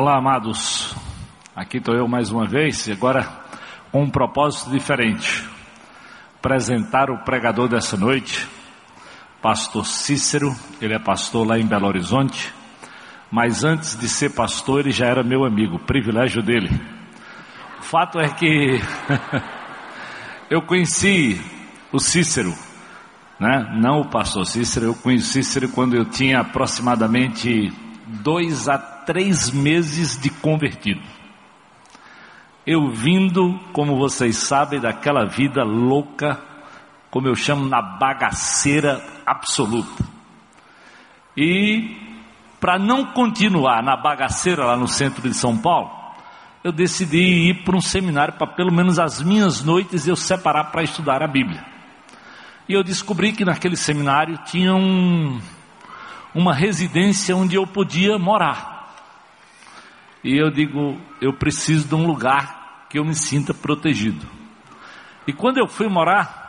Olá, amados, aqui estou eu mais uma vez, agora com um propósito diferente, apresentar o pregador dessa noite, pastor Cícero. Ele é pastor lá em Belo Horizonte, mas antes de ser pastor ele já era meu amigo, privilégio dele. O fato é que eu conheci o Cícero, né? Não o pastor Cícero, eu conheci Cícero quando eu tinha aproximadamente 2 a 3 meses de convertido. Eu vindo, como vocês sabem, daquela vida louca, como eu chamo, na bagaceira absoluta. E para não continuar na bagaceira lá no centro de São Paulo, eu decidi ir para um seminário para pelo menos as minhas noites eu separar para estudar a Bíblia. E eu descobri que naquele seminário tinha uma residência onde eu podia morar. E eu digo, eu preciso de um lugar que eu me sinta protegido. E quando eu fui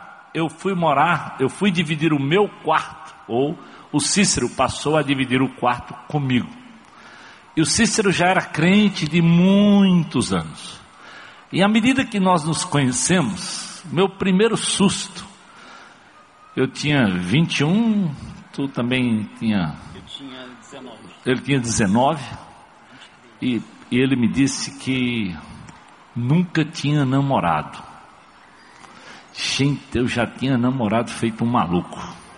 dividir o meu quarto, ou o Cícero passou a dividir o quarto comigo. E o Cícero já era crente de muitos anos. E à medida que nós nos conhecemos, meu primeiro susto, eu tinha 21, tu também tinha... Eu tinha 19. Ele tinha 19, e ele me disse que nunca tinha namorado. Gente, eu já tinha namorado feito um maluco.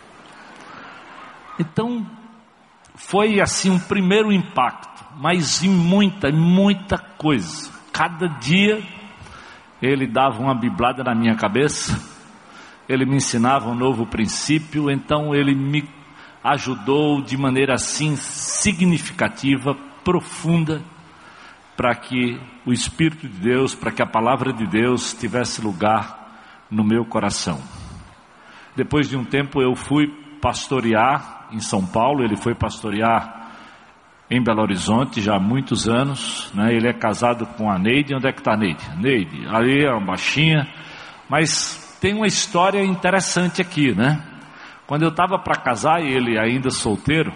Então, foi assim um primeiro impacto, mas em muita coisa. Cada dia, ele dava uma biblada na minha cabeça, ele me ensinava um novo princípio, então ele me ajudou de maneira assim significativa, profunda, para que o Espírito de Deus, para que a palavra de Deus tivesse lugar no meu coração. Depois de um tempo eu fui pastorear em São Paulo, ele foi pastorear em Belo Horizonte já há muitos anos, né? Ele é casado com a Neide. Onde é que está a Neide? Neide, ali é uma baixinha, mas tem uma história interessante aqui, né? Quando eu estava para casar, ele ainda solteiro,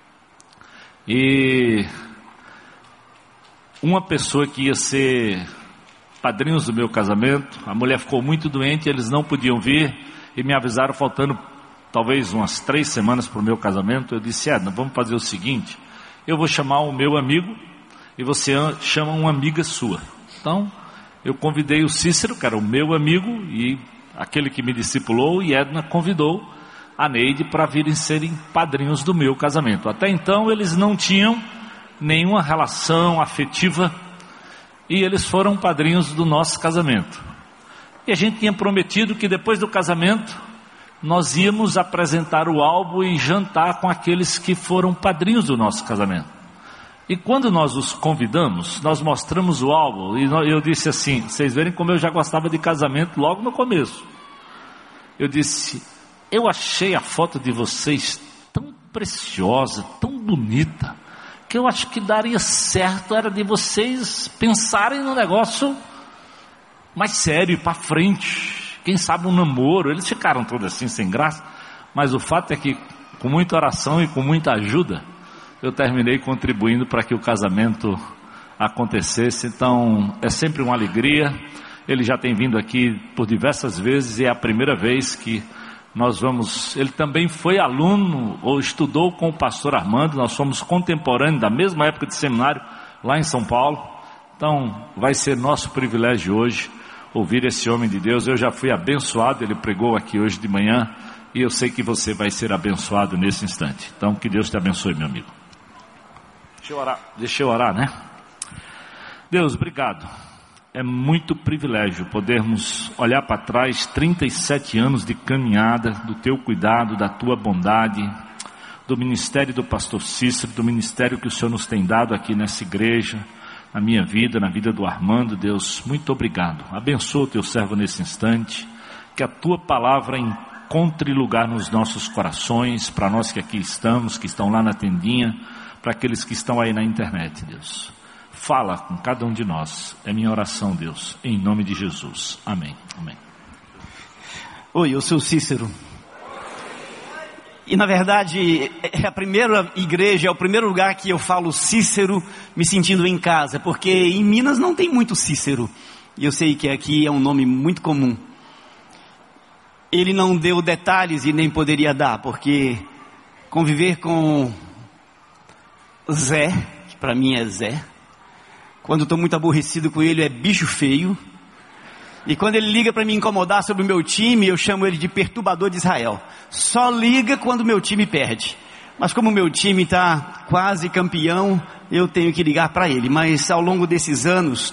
e uma pessoa que ia ser padrinhos do meu casamento, a mulher ficou muito doente, eles não podiam vir, e me avisaram faltando talvez umas 3 semanas para o meu casamento. Eu disse, vamos fazer o seguinte, eu vou chamar o meu amigo, e você chama uma amiga sua. Então, eu convidei o Cícero, que era o meu amigo, e aquele que me discipulou, e Edna convidou a Neide para virem serem padrinhos do meu casamento. Até então eles não tinham nenhuma relação afetiva, e eles foram padrinhos do nosso casamento. E a gente tinha prometido que depois do casamento nós íamos apresentar o álbum e jantar com aqueles que foram padrinhos do nosso casamento. E quando nós os convidamos, nós mostramos o álbum, e eu disse assim, vocês verem como eu já gostava de casamento logo no começo. Eu disse, eu achei a foto de vocês tão preciosa, tão bonita, que eu acho que daria certo, era de vocês pensarem no negócio mais sério, para frente, quem sabe um namoro. Eles ficaram todos assim, sem graça, mas o fato é que, com muita oração e com muita ajuda, eu terminei contribuindo para que o casamento acontecesse. Então, é sempre uma alegria. Ele já tem vindo aqui por diversas vezes, e é a primeira vez que nós vamos... Ele também foi aluno, ou estudou com o pastor Armando, nós somos contemporâneos da mesma época de seminário, lá em São Paulo. Então, vai ser nosso privilégio hoje, ouvir esse homem de Deus. Eu já fui abençoado, ele pregou aqui hoje de manhã, e eu sei que você vai ser abençoado nesse instante. Então, que Deus te abençoe, meu amigo. Deixa eu orar, né? Deus, obrigado. É muito privilégio podermos olhar para trás 37 anos de caminhada, do teu cuidado, da tua bondade, do ministério do pastor Cícero, do ministério que o Senhor nos tem dado aqui nessa igreja, na minha vida, na vida do Armando. Deus, muito obrigado. Abençoa o teu servo nesse instante, que a tua palavra encontre lugar nos nossos corações, para nós que aqui estamos, que estão lá na tendinha, para aqueles que estão aí na internet, Deus. Fala com cada um de nós, é minha oração, Deus, em nome de Jesus, amém, amém. Oi, eu sou o Cícero. E na verdade é a primeira igreja, é o primeiro lugar que eu falo Cícero me sentindo em casa, porque em Minas não tem muito Cícero, e eu sei que aqui é um nome muito comum. Ele não deu detalhes e nem poderia dar, porque conviver com Zé, que para mim é Zé, quando estou muito aborrecido com ele é bicho feio, e quando ele liga para me incomodar sobre o meu time, eu chamo ele de perturbador de Israel. Só liga quando o meu time perde. Mas como o meu time está quase campeão, eu tenho que ligar para ele. Mas ao longo desses anos,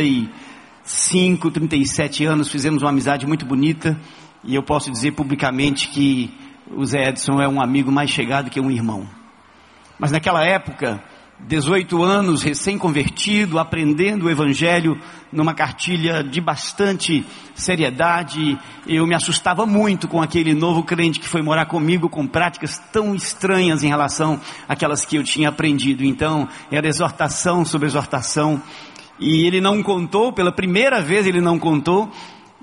35, 37 anos, fizemos uma amizade muito bonita. E eu posso dizer publicamente que o Zé Edson é um amigo mais chegado que um irmão. Mas naquela época, 18 anos, recém-convertido, aprendendo o Evangelho numa cartilha de bastante seriedade, eu me assustava muito com aquele novo crente que foi morar comigo com práticas tão estranhas em relação àquelas que eu tinha aprendido. Então, era exortação sobre exortação, e ele não contou, pela primeira vez ele não contou,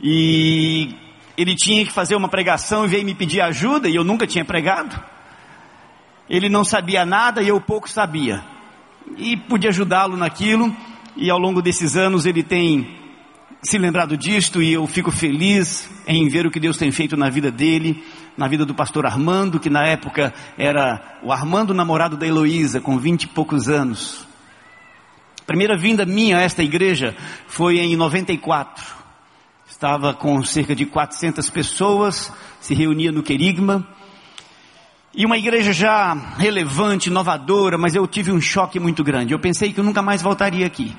e ele tinha que fazer uma pregação e veio me pedir ajuda, e eu nunca tinha pregado. Ele não sabia nada e eu pouco sabia. E pude ajudá-lo naquilo, e ao longo desses anos ele tem se lembrado disto, e eu fico feliz em ver o que Deus tem feito na vida dele, na vida do pastor Armando, que na época era o Armando, namorado da Heloísa, com 20 e poucos anos. A primeira vinda minha a esta igreja foi em 94, estava com cerca de 400 pessoas, se reunia no Querigma, e uma igreja já relevante, inovadora, mas eu tive um choque muito grande. Eu pensei que eu nunca mais voltaria aqui.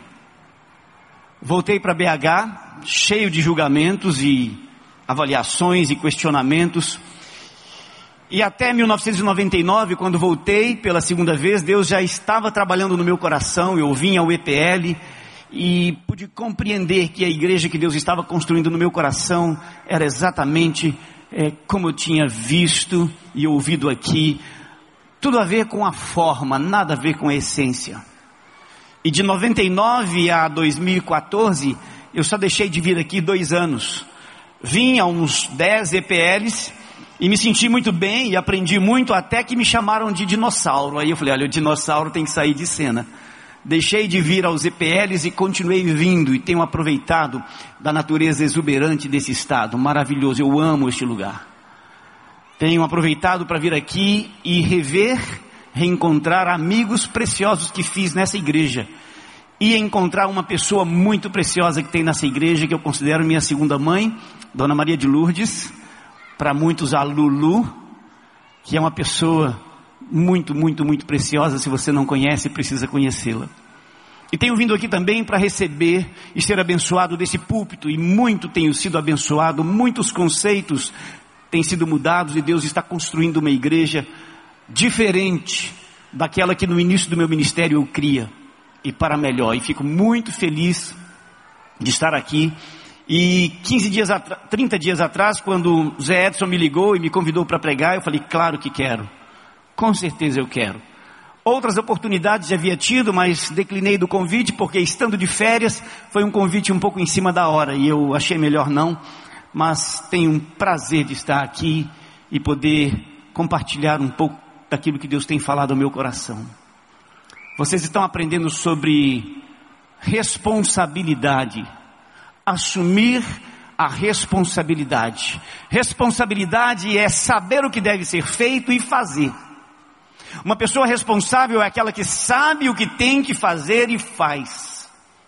Voltei para BH, cheio de julgamentos e avaliações e questionamentos. E até 1999, quando voltei pela segunda vez, Deus já estava trabalhando no meu coração. Eu vim ao EPL e pude compreender que a igreja que Deus estava construindo no meu coração era exatamente como eu tinha visto e ouvido aqui, tudo a ver com a forma, nada a ver com a essência. E de 99 a 2014, eu só deixei de vir aqui 2 anos. Vim a uns 10 EPLs e me senti muito bem e aprendi muito, até que me chamaram de dinossauro. Aí eu falei, olha, o dinossauro tem que sair de cena. Deixei de vir aos EPLs e continuei vindo, e tenho aproveitado da natureza exuberante desse estado, maravilhoso, eu amo este lugar. Tenho aproveitado para vir aqui e reencontrar amigos preciosos que fiz nessa igreja, e encontrar uma pessoa muito preciosa que tem nessa igreja, que eu considero minha segunda mãe, Dona Maria de Lourdes, para muitos a Lulu, que é uma pessoa muito, muito, muito preciosa. Se você não conhece, precisa conhecê-la. E tenho vindo aqui também para receber e ser abençoado desse púlpito, e muito tenho sido abençoado, muitos conceitos têm sido mudados, e Deus está construindo uma igreja diferente daquela que no início do meu ministério eu cria, e para melhor, e fico muito feliz de estar aqui. E 30 dias atrás, quando o Zé Edson me ligou e me convidou para pregar, eu falei, claro que quero. Com certeza eu quero. Outras oportunidades já havia tido, mas declinei do convite, porque estando de férias, foi um convite um pouco em cima da hora, e eu achei melhor não, mas tenho um prazer de estar aqui e poder compartilhar um pouco daquilo que Deus tem falado ao meu coração. Vocês estão aprendendo sobre responsabilidade, assumir a responsabilidade. Responsabilidade é saber o que deve ser feito e fazer. Uma pessoa responsável é aquela que sabe o que tem que fazer e faz.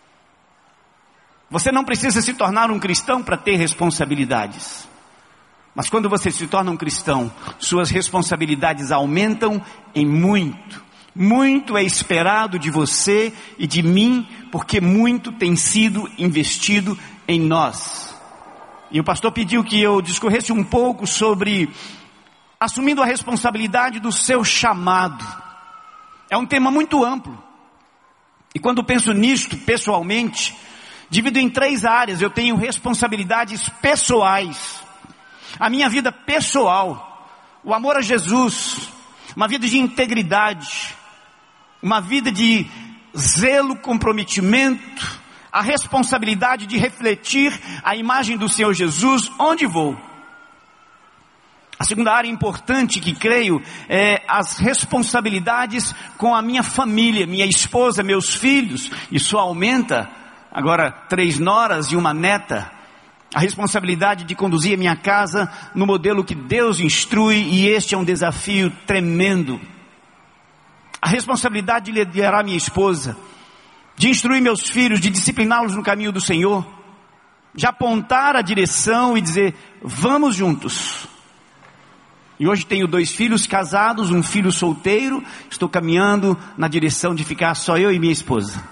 Você não precisa se tornar um cristão para ter responsabilidades. Mas quando você se torna um cristão, suas responsabilidades aumentam em muito. Muito é esperado de você e de mim, porque muito tem sido investido em nós. E o pastor pediu que eu discorresse um pouco sobre assumindo a responsabilidade do seu chamado. É um tema muito amplo. E quando penso nisto, pessoalmente, divido em 3 áreas. Eu tenho responsabilidades pessoais. A minha vida pessoal, o amor a Jesus, uma vida de integridade, uma vida de zelo, comprometimento, a responsabilidade de refletir a imagem do Senhor Jesus onde vou. A segunda área importante que creio é as responsabilidades com a minha família, minha esposa, meus filhos. Isso aumenta, agora 3 noras e uma neta. A responsabilidade de conduzir a minha casa no modelo que Deus instrui, e este é um desafio tremendo. A responsabilidade de liderar minha esposa, de instruir meus filhos, de discipliná-los no caminho do Senhor, de apontar a direção e dizer, vamos juntos. E hoje tenho 2 filhos casados, um filho solteiro, estou caminhando na direção de ficar só eu e minha esposa.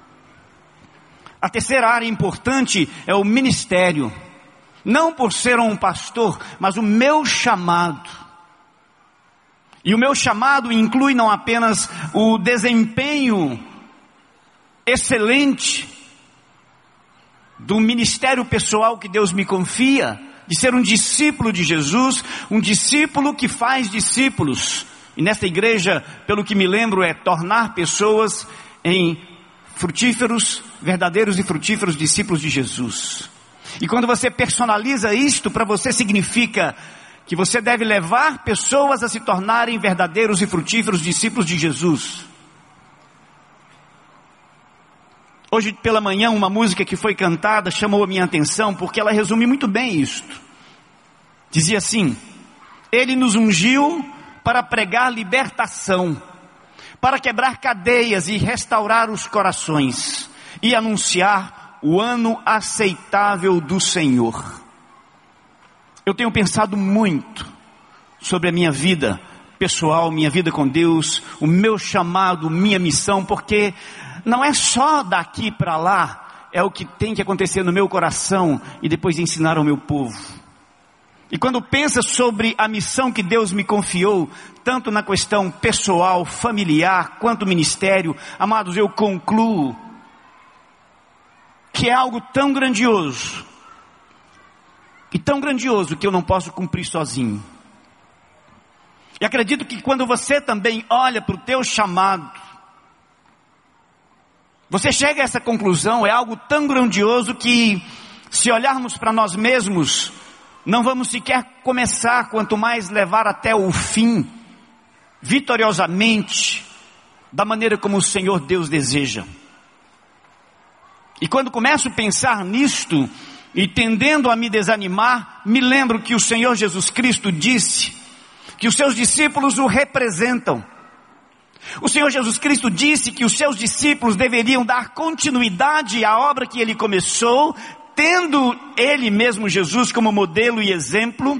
A terceira área importante é o ministério. Não por ser um pastor, mas o meu chamado. E o meu chamado inclui não apenas o desempenho excelente do ministério pessoal que Deus me confia, de ser um discípulo de Jesus, um discípulo que faz discípulos. E nesta igreja, pelo que me lembro, é tornar pessoas em frutíferos, verdadeiros e frutíferos discípulos de Jesus. E quando você personaliza isto, para você significa que você deve levar pessoas a se tornarem verdadeiros e frutíferos discípulos de Jesus. Hoje pela manhã uma música que foi cantada chamou a minha atenção, porque ela resume muito bem isto. Dizia assim: Ele nos ungiu para pregar libertação, para quebrar cadeias e restaurar os corações, e anunciar o ano aceitável do Senhor. Eu tenho pensado muito sobre a minha vida pessoal, minha vida com Deus, o meu chamado, minha missão, porque não é só daqui para lá, é o que tem que acontecer no meu coração e depois ensinar ao meu povo. E quando pensa sobre a missão que Deus me confiou, tanto na questão pessoal, familiar, quanto ministério, amados, eu concluo que é algo tão grandioso, e tão grandioso que eu não posso cumprir sozinho. E acredito que quando você também olha para o teu chamado, você chega a essa conclusão, é algo tão grandioso que, se olharmos para nós mesmos, não vamos sequer começar, quanto mais levar até o fim, vitoriosamente, da maneira como o Senhor Deus deseja. E quando começo a pensar nisto, e tendendo a me desanimar, me lembro que o Senhor Jesus Cristo disse que os seus discípulos o representam. O Senhor Jesus Cristo disse que os seus discípulos deveriam dar continuidade à obra que ele começou, tendo ele mesmo, Jesus, como modelo e exemplo.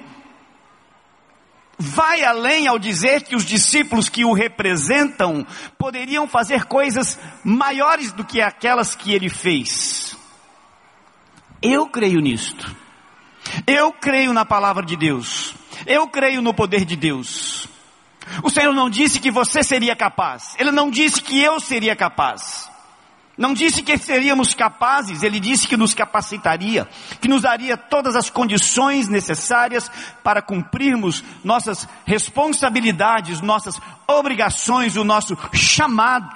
Vai além ao dizer que os discípulos que o representam poderiam fazer coisas maiores do que aquelas que ele fez. Eu creio nisto. Eu creio na palavra de Deus. Eu creio no poder de Deus. O Senhor não disse que você seria capaz. Ele não disse que eu seria capaz. Não disse que seríamos capazes. Ele disse que nos capacitaria, que nos daria todas as condições necessárias para cumprirmos nossas responsabilidades, nossas obrigações, o nosso chamado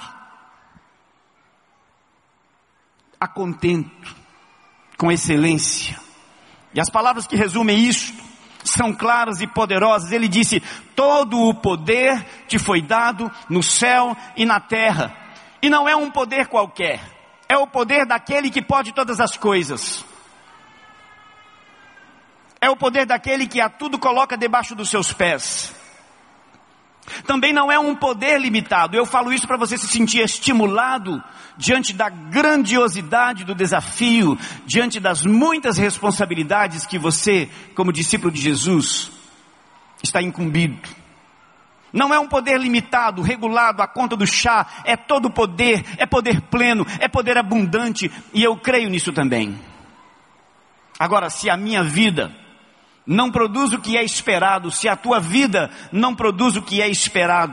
a contento, com excelência. E as palavras que resumem isto são claras e poderosas. Ele disse: todo o poder te foi dado no céu e na terra. E não é um poder qualquer, é o poder daquele que pode todas as coisas. É o poder daquele que a tudo coloca debaixo dos seus pés. Também não é um poder limitado. Eu falo isso para você se sentir estimulado diante da grandiosidade do desafio, diante das muitas responsabilidades que você, como discípulo de Jesus, está incumbido. Não é um poder limitado, regulado, à conta do chá. É todo poder, é poder pleno, é poder abundante, e eu creio nisso também. Agora, se a minha vida não produz o que é esperado, se a tua vida não produz o que é esperado,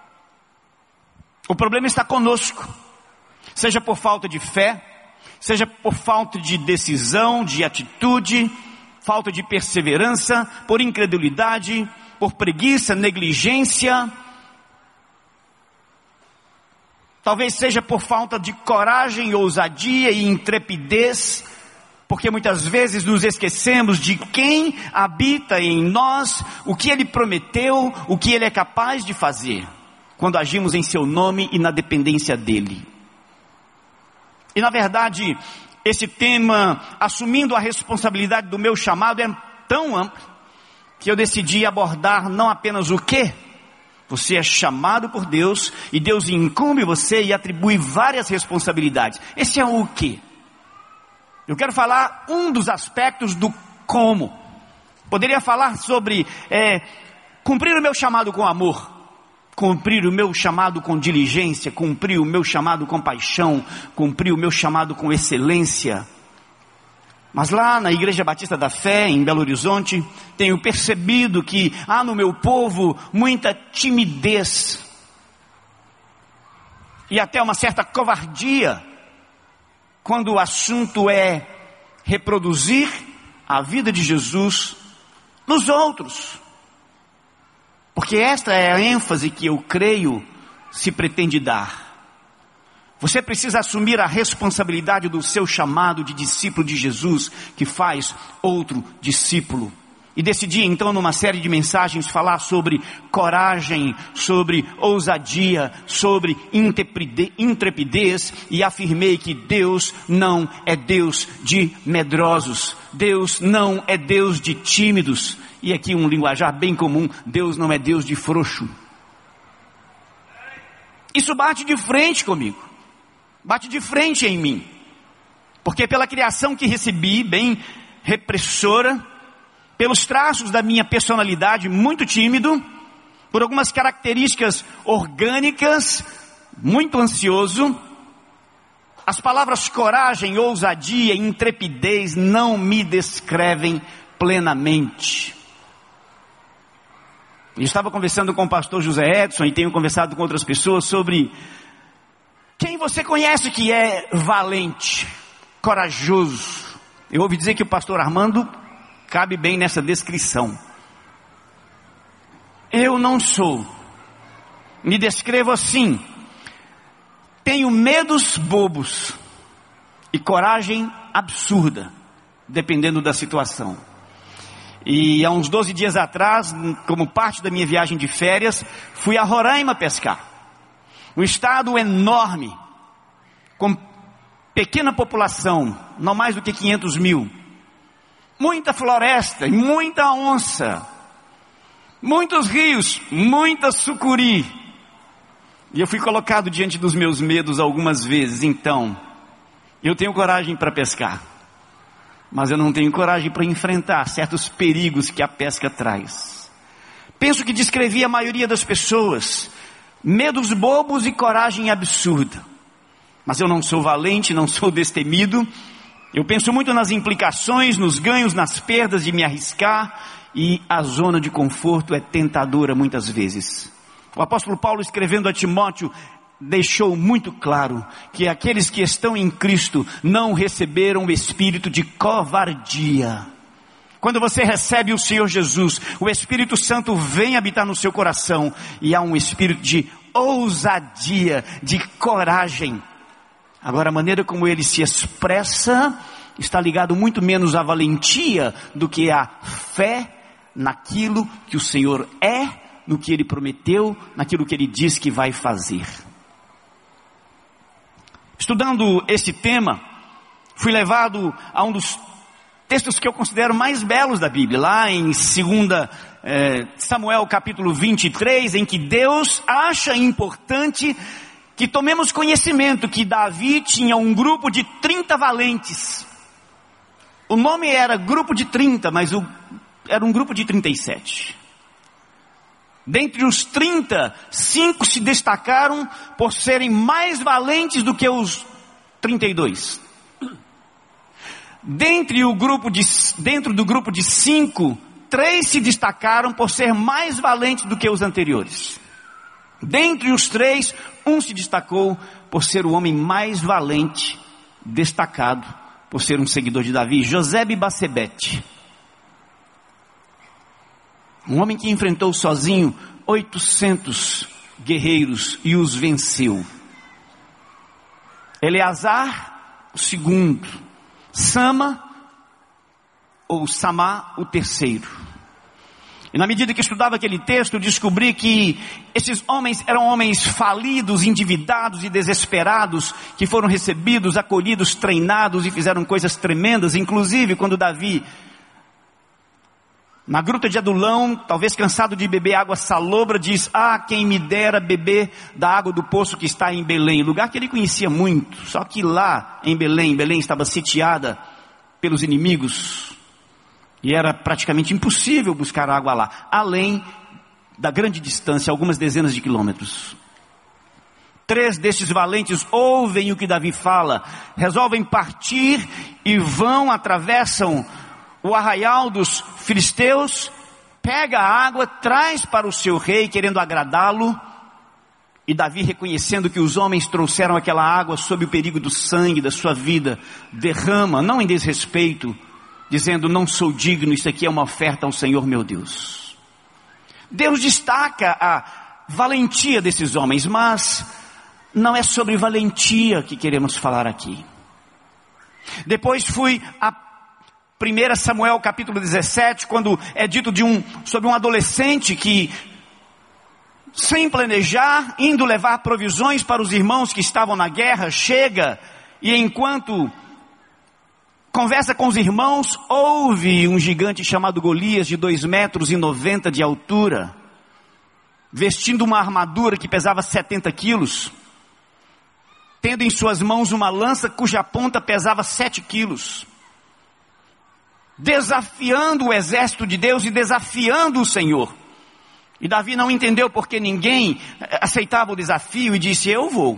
o problema está conosco. Seja por falta de fé, seja por falta de decisão, de atitude, falta de perseverança, por incredulidade, por preguiça, negligência. Talvez seja por falta de coragem, ousadia e intrepidez, porque muitas vezes nos esquecemos de quem habita em nós, o que Ele prometeu, o que Ele é capaz de fazer, quando agimos em seu nome e na dependência dEle. E na verdade, esse tema, assumindo a responsabilidade do meu chamado, é tão amplo, que eu decidi abordar não apenas o que. Você é chamado por Deus, e Deus incumbe você e atribui várias responsabilidades. Esse é o que. Eu quero falar um dos aspectos do como. Poderia falar sobre cumprir o meu chamado com amor, cumprir o meu chamado com diligência, cumprir o meu chamado com paixão, cumprir o meu chamado com excelência. Mas lá na Igreja Batista da Fé, em Belo Horizonte, tenho percebido que há no meu povo muita timidez e até uma certa covardia, quando o assunto é reproduzir a vida de Jesus nos outros. Porque esta é a ênfase que eu creio se pretende dar. Você precisa assumir a responsabilidade do seu chamado de discípulo de Jesus, que faz outro discípulo. E decidi então, numa série de mensagens, falar sobre coragem, sobre ousadia, sobre intrepidez, e afirmei que Deus não é Deus de medrosos, Deus não é Deus de tímidos, e aqui um linguajar bem comum, Deus não é Deus de frouxo. Isso bate de frente comigo, bate de frente em mim, porque pela criação que recebi, bem repressora, pelos traços da minha personalidade muito tímido, por algumas características orgânicas, muito ansioso, as palavras coragem, ousadia, intrepidez não me descrevem plenamente. Eu estava conversando com o pastor José Edson e tenho conversado com outras pessoas sobre quem você conhece que é valente, corajoso. Eu ouvi dizer que o pastor Armando cabe bem nessa descrição. Eu não sou. Me descrevo assim: tenho medos bobos e coragem absurda, dependendo da situação. E há uns 12 dias atrás, como parte da minha viagem de férias, fui a Roraima pescar. Um estado enorme, com pequena população, não mais do que 500 mil. Muita floresta e muita onça, muitos rios, muita sucuri. E eu fui colocado diante dos meus medos algumas vezes. Então, eu tenho coragem para pescar, mas eu não tenho coragem para enfrentar certos perigos que a pesca traz. Penso que descrevi a maioria das pessoas: medos bobos e coragem absurda. Mas eu não sou valente, não sou destemido. Eu penso muito nas implicações, nos ganhos, nas perdas de me arriscar, e a zona de conforto é tentadora muitas vezes. O apóstolo Paulo, escrevendo a Timóteo, deixou muito claro que aqueles que estão em Cristo não receberam o espírito de covardia. Quando você recebe o Senhor Jesus, o Espírito Santo vem habitar no seu coração, e há um espírito de ousadia, de coragem. Agora, a maneira como ele se expressa está ligado muito menos à valentia do que à fé naquilo que o Senhor é, no que Ele prometeu, naquilo que Ele diz que vai fazer. Estudando esse tema, fui levado a um dos textos que eu considero mais belos da Bíblia, lá em 2 Samuel capítulo 23, em que Deus acha importante que tomemos conhecimento que Davi tinha um grupo de 30 valentes. O nome era grupo de 30, mas era um grupo de 37. Dentre os 30, 5 se destacaram por serem mais valentes do que os 32. Dentro do grupo de 5, 3 se destacaram por ser mais valentes do que os anteriores. Dentre os 3, um se destacou por ser o homem mais valente, destacado por ser um seguidor de Davi, Josebe-Basebete. Um homem que enfrentou sozinho 800 guerreiros e os venceu. Eleazar, o segundo. Sama, ou Samá, o terceiro. E na medida que estudava aquele texto, descobri que esses homens eram homens falidos, endividados e desesperados, que foram recebidos, acolhidos, treinados e fizeram coisas tremendas. Inclusive, quando Davi, na gruta de Adulão, talvez cansado de beber água salobra, diz: quem me dera beber da água do poço que está em Belém. Lugar que ele conhecia muito, só que lá em Belém estava sitiada pelos inimigos. E era praticamente impossível buscar água lá, além da grande distância, algumas dezenas de quilômetros. 3 destes valentes ouvem o que Davi fala, resolvem partir e vão, atravessam o arraial dos filisteus, pega a água, traz para o seu rei, querendo agradá-lo. E Davi, reconhecendo que os homens trouxeram aquela água sob o perigo do sangue da sua vida, derrama, não em desrespeito, dizendo: não sou digno, isso aqui é uma oferta ao Senhor meu Deus. Deus destaca a valentia desses homens, mas não é sobre valentia que queremos falar aqui. Depois fui a 1 Samuel capítulo 17, quando é dito sobre um adolescente que, sem planejar, indo levar provisões para os irmãos que estavam na guerra, chega e enquanto conversa com os irmãos, ouve um gigante chamado Golias, de 2,90 metros de altura, vestindo uma armadura que pesava 70 quilos, tendo em suas mãos uma lança cuja ponta pesava 7 quilos, desafiando o exército de Deus e desafiando o Senhor. E Davi não entendeu porque ninguém aceitava o desafio e disse: eu vou.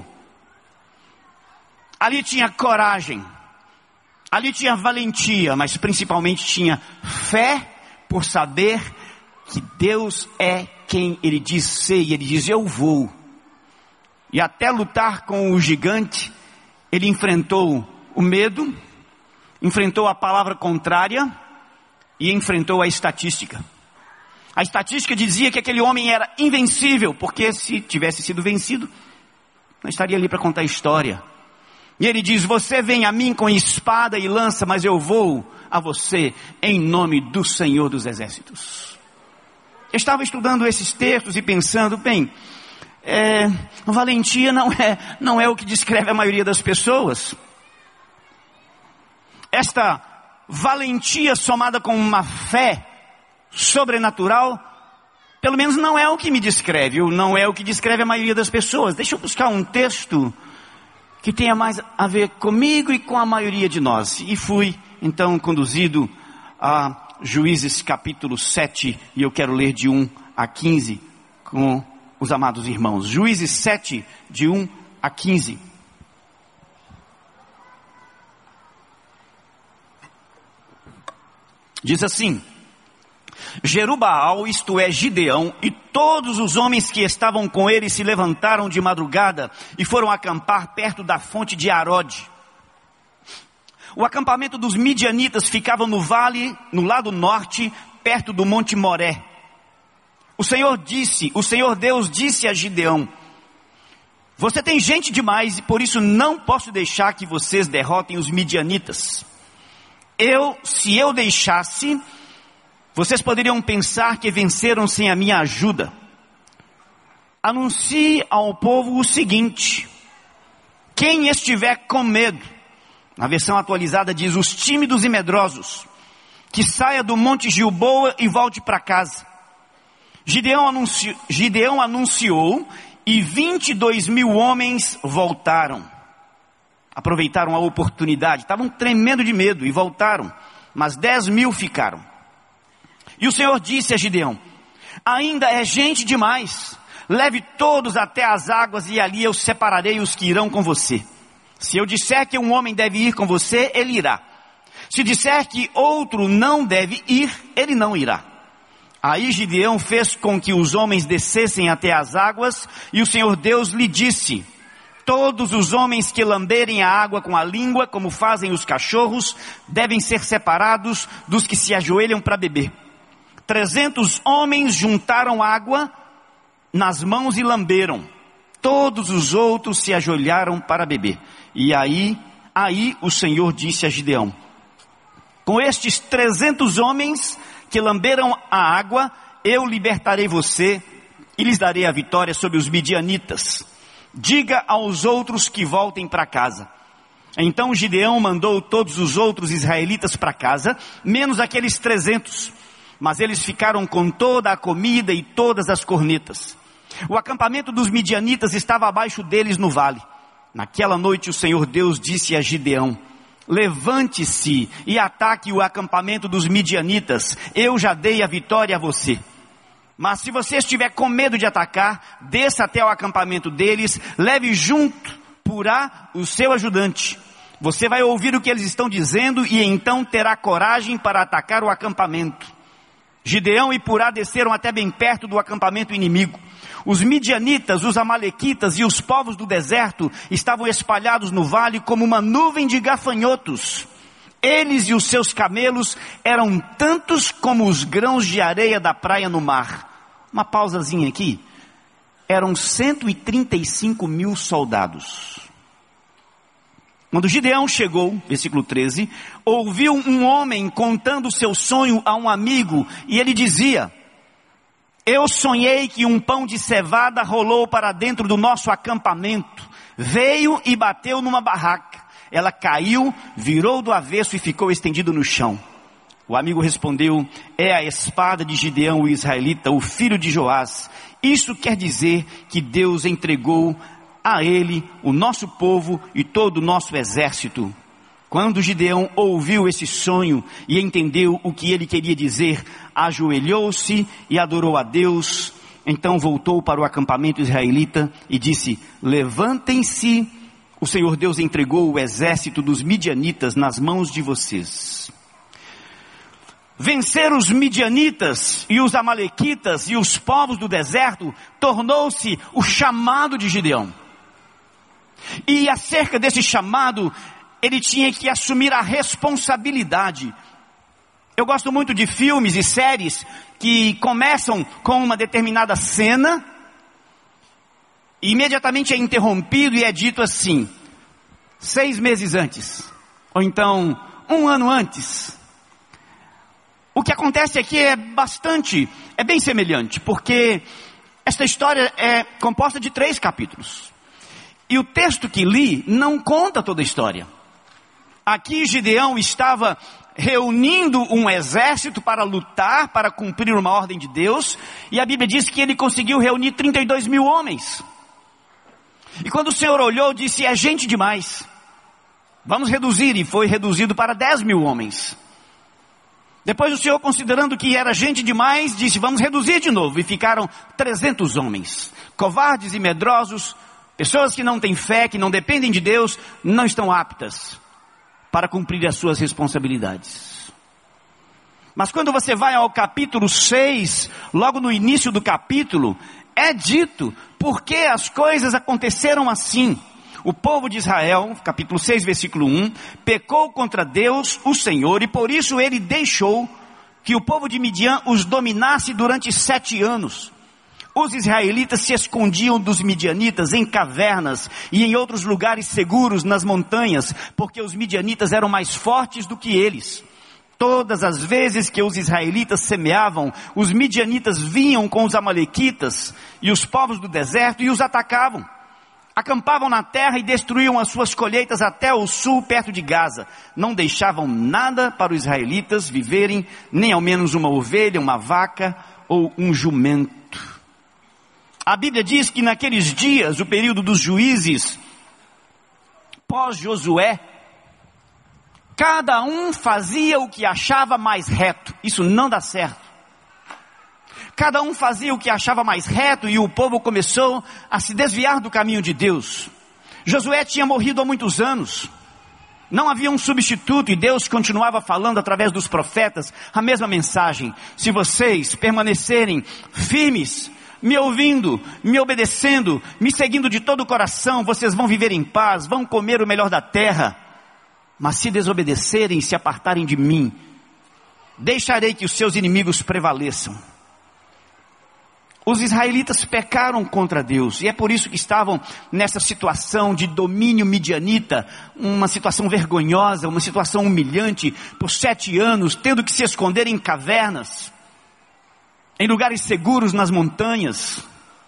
Ali tinha coragem, ali tinha valentia, mas principalmente tinha fé por saber que Deus é quem Ele diz ser, e Ele diz: eu vou. E até lutar com o gigante, ele enfrentou o medo, enfrentou a palavra contrária e enfrentou a estatística. A estatística dizia que aquele homem era invencível, porque se tivesse sido vencido, não estaria ali para contar a história. E ele diz: você vem a mim com espada e lança, mas eu vou a você em nome do Senhor dos Exércitos. Eu estava estudando esses textos e pensando, valentia não é o que descreve a maioria das pessoas. Esta valentia somada com uma fé sobrenatural, pelo menos não é o que me descreve, ou não é o que descreve a maioria das pessoas. Deixa eu buscar um texto que tenha mais a ver comigo e com a maioria de nós. E fui então conduzido a Juízes capítulo 7, e eu quero ler de 1 a 15 com os amados irmãos. Juízes 7, de 1 a 15. Diz assim: Jerubaal, isto é, Gideão, e todos os homens que estavam com ele se levantaram de madrugada e foram acampar perto da fonte de Arode. O acampamento dos midianitas ficava no vale, no lado norte, perto do monte Moré. O Senhor Deus disse a Gideão: você tem gente demais e por isso não posso deixar que vocês derrotem os midianitas. Se eu deixasse, vocês poderiam pensar que venceram sem a minha ajuda. Anuncie ao povo o seguinte: quem estiver com medo, na versão atualizada diz os tímidos e medrosos, que saia do monte Gilboa e volte para casa. Gideão anunciou e 22.000 homens voltaram. Aproveitaram a oportunidade, estavam tremendo de medo e voltaram, mas 10.000 ficaram. E o Senhor disse a Gideão: ainda é gente demais, leve todos até as águas e ali eu separarei os que irão com você. Se eu disser que um homem deve ir com você, ele irá. Se disser que outro não deve ir, ele não irá. Aí Gideão fez com que os homens descessem até as águas, e o Senhor Deus lhe disse: todos os homens que lamberem a água com a língua, como fazem os cachorros, devem ser separados dos que se ajoelham para beber. 300 homens juntaram água nas mãos e lamberam. Todos os outros se ajoelharam para beber. E aí o Senhor disse a Gideão: Com estes 300 homens que lamberam a água, eu libertarei você e lhes darei a vitória sobre os midianitas. Diga aos outros que voltem para casa. Então Gideão mandou todos os outros israelitas para casa, menos aqueles 300. Mas eles ficaram com toda a comida e todas as cornetas. O acampamento dos midianitas estava abaixo deles no vale. Naquela noite o Senhor Deus disse a Gideão: levante-se e ataque o acampamento dos midianitas. Eu já dei a vitória a você. Mas se você estiver com medo de atacar, desça até o acampamento deles, leve junto Purá o seu ajudante. Você vai ouvir o que eles estão dizendo e então terá coragem para atacar o acampamento. Gideão e Purá desceram até bem perto do acampamento inimigo. Os midianitas, os amalequitas e os povos do deserto estavam espalhados no vale como uma nuvem de gafanhotos. Eles e os seus camelos eram tantos como os grãos de areia da praia no mar. Uma pausazinha aqui. Eram 135 mil soldados. Quando Gideão chegou, versículo 13, ouviu um homem contando seu sonho a um amigo, e ele dizia: eu sonhei que um pão de cevada rolou para dentro do nosso acampamento, veio e bateu numa barraca. Ela caiu, virou do avesso e ficou estendido no chão. O amigo respondeu: é a espada de Gideão o israelita, o filho de Joás. Isso quer dizer que Deus entregou a ele o nosso povo e todo o nosso exército. Quando Gideão ouviu esse sonho e entendeu o que ele queria dizer, ajoelhou-se e adorou a Deus. Então voltou para o acampamento israelita e disse: levantem-se, o Senhor Deus entregou o exército dos midianitas nas mãos de vocês. Vencer os midianitas e os amalequitas e os povos do deserto tornou-se o chamado de Gideão. E acerca desse chamado, ele tinha que assumir a responsabilidade. Eu gosto muito de filmes e séries que começam com uma determinada cena e imediatamente é interrompido e é dito assim: 6 meses antes, ou então 1 ano antes. O que acontece aqui é bem semelhante, porque esta história é composta de 3 capítulos. E o texto que li não conta toda a história. Aqui Gideão estava reunindo um exército para lutar, para cumprir uma ordem de Deus, e a Bíblia diz que ele conseguiu reunir 32 mil homens. E quando o Senhor olhou, disse: é gente demais, vamos reduzir, e foi reduzido para 10 mil homens. Depois o Senhor, considerando que era gente demais, disse: vamos reduzir de novo, e ficaram 300 homens, covardes e medrosos, pessoas que não têm fé, que não dependem de Deus, não estão aptas para cumprir as suas responsabilidades. Mas quando você vai ao capítulo 6, logo no início do capítulo, é dito por que as coisas aconteceram assim. O povo de Israel, capítulo 6, versículo 1, pecou contra Deus, o Senhor, e por isso ele deixou que o povo de Midian os dominasse durante 7 anos. Os israelitas se escondiam dos midianitas em cavernas e em outros lugares seguros nas montanhas, porque os midianitas eram mais fortes do que eles. Todas as vezes que os israelitas semeavam, os midianitas vinham com os amalequitas e os povos do deserto e os atacavam. Acampavam na terra e destruíam as suas colheitas até o sul, perto de Gaza. Não deixavam nada para os israelitas viverem, nem ao menos uma ovelha, uma vaca ou um jumento. A Bíblia diz que naqueles dias, o período dos juízes, pós-Josué, cada um fazia o que achava mais reto. Isso não dá certo. Cada um fazia o que achava mais reto e o povo começou a se desviar do caminho de Deus. Josué tinha morrido há muitos anos. Não havia um substituto e Deus continuava falando através dos profetas a mesma mensagem. Se vocês permanecerem firmes, me ouvindo, me obedecendo, me seguindo de todo o coração, vocês vão viver em paz, vão comer o melhor da terra. Mas se desobedecerem e se apartarem de mim, deixarei que os seus inimigos prevaleçam. Os israelitas pecaram contra Deus, e é por isso que estavam nessa situação de domínio midianita, uma situação vergonhosa, uma situação humilhante, por 7 anos, tendo que se esconder em cavernas, em lugares seguros nas montanhas.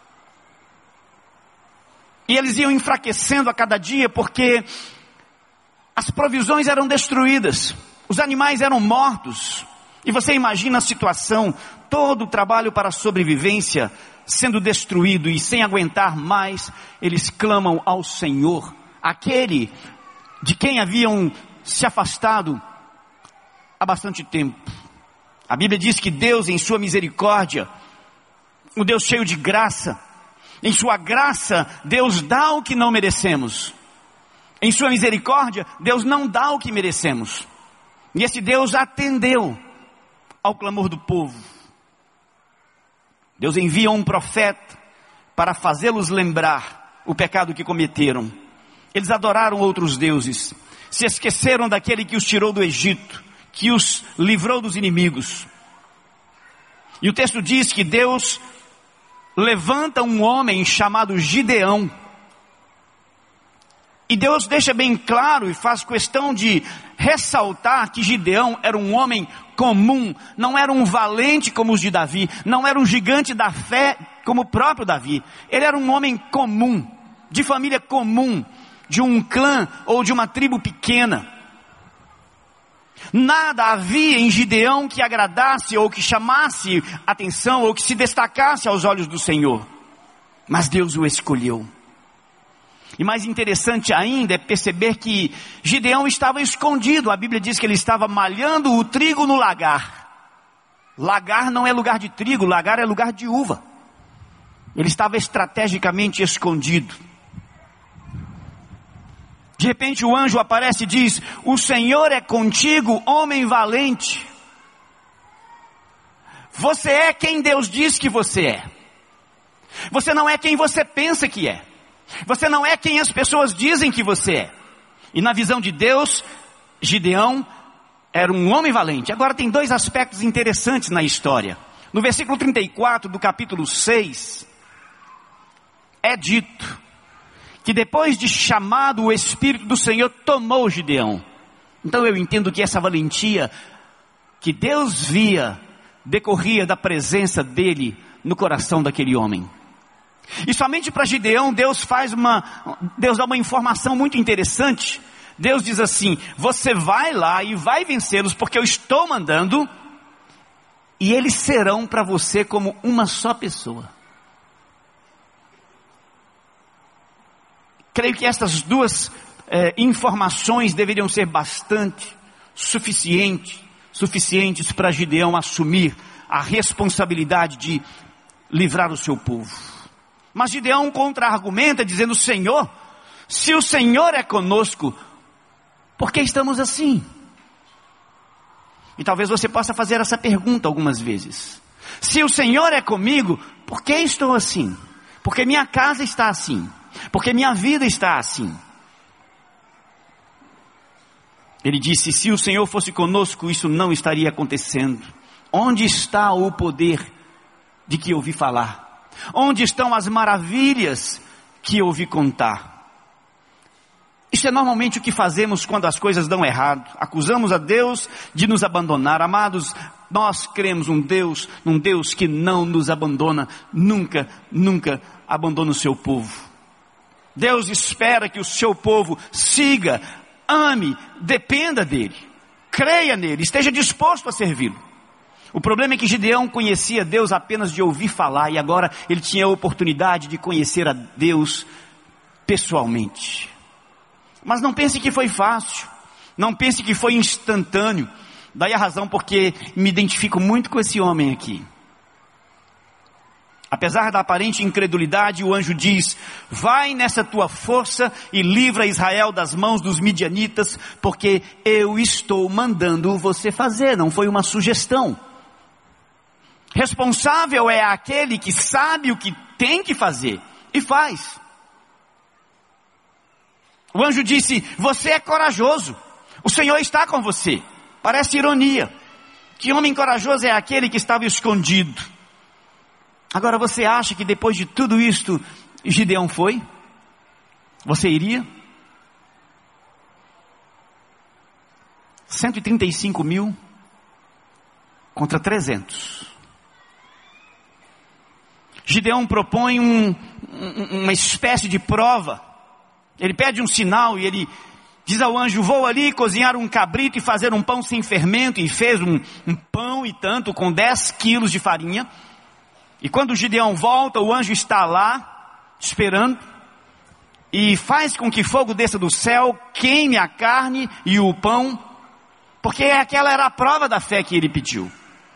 E eles iam enfraquecendo a cada dia, porque as provisões eram destruídas, os animais eram mortos. E você imagina a situação, todo o trabalho para a sobrevivência sendo destruído, e sem aguentar mais, eles clamam ao Senhor, aquele de quem haviam se afastado há bastante tempo. A Bíblia diz que Deus, em sua misericórdia, um Deus cheio de graça, em sua graça, Deus dá o que não merecemos. Em sua misericórdia, Deus não dá o que merecemos. E esse Deus atendeu ao clamor do povo. Deus envia um profeta para fazê-los lembrar o pecado que cometeram. Eles adoraram outros deuses, se esqueceram daquele que os tirou do Egito, que os livrou dos inimigos. E o texto diz que Deus levanta um homem chamado Gideão. E Deus deixa bem claro e faz questão de ressaltar que Gideão era um homem comum, não era um valente como os de Davi, não era um gigante da fé como o próprio Davi. Ele era um homem comum, de família comum, de um clã ou de uma tribo pequena. Nada havia em Gideão que agradasse ou que chamasse atenção ou que se destacasse aos olhos do Senhor. Mas Deus o escolheu. E mais interessante ainda é perceber que Gideão estava escondido. A Bíblia diz que ele estava malhando o trigo no lagar. Lagar não é lugar de trigo, lagar é lugar de uva. Ele estava estrategicamente escondido. De repente o anjo aparece e diz: o Senhor é contigo, homem valente. Você é quem Deus diz que você é. Você não é quem você pensa que é. Você não é quem as pessoas dizem que você é. E na visão de Deus, Gideão era um homem valente. Agora tem 2 aspectos interessantes na história. No versículo 34 do capítulo 6, é dito que depois de chamado, o Espírito do Senhor tomou Gideão. Então eu entendo que essa valentia que Deus via, decorria da presença dele no coração daquele homem. E somente para Gideão, Deus dá uma informação muito interessante. Deus diz assim: você vai lá e vai vencê-los, porque eu estou mandando, e eles serão para você como uma só pessoa. Creio que essas 2 informações deveriam ser bastante suficientes para Gideão assumir a responsabilidade de livrar o seu povo. Mas Gideão contra-argumenta dizendo: Senhor, se o Senhor é conosco, por que estamos assim? E talvez você possa fazer essa pergunta algumas vezes. Se o Senhor é comigo, por que estou assim? Porque minha casa está assim. Porque minha vida está assim. Ele disse: se o Senhor fosse conosco, isso não estaria acontecendo. Onde está o poder de que ouvi falar? Onde estão as maravilhas que ouvi contar? Isso é normalmente o que fazemos quando as coisas dão errado. Acusamos a Deus de nos abandonar. Amados, nós cremos num Deus que não nos abandona. Nunca abandona o seu povo. Deus espera que o seu povo siga, ame, dependa dele, creia nele, esteja disposto a servi-lo. O problema é que Gideão conhecia Deus apenas de ouvir falar, e agora ele tinha a oportunidade de conhecer a Deus pessoalmente. Mas não pense que foi fácil, não pense que foi instantâneo. Daí a razão porque me identifico muito com esse homem aqui. Apesar da aparente incredulidade, o anjo diz: vai nessa tua força e livra Israel das mãos dos midianitas, porque eu estou mandando você fazer. Não foi uma sugestão. Responsável é aquele que sabe o que tem que fazer e faz. O anjo disse: você é corajoso, o Senhor está com você. Parece ironia. Que homem corajoso é aquele que estava escondido? Agora você acha que depois de tudo isto, Gideão foi? Você iria? 135 mil contra 300. Gideão propõe uma espécie de prova. Ele pede um sinal e ele diz ao anjo: vou ali cozinhar um cabrito e fazer um pão sem fermento. E fez um pão e tanto com 10 quilos de farinha. E quando Gideão volta, o anjo está lá esperando e faz com que fogo desça do céu, queime a carne e o pão, porque aquela era a prova da fé que ele pediu.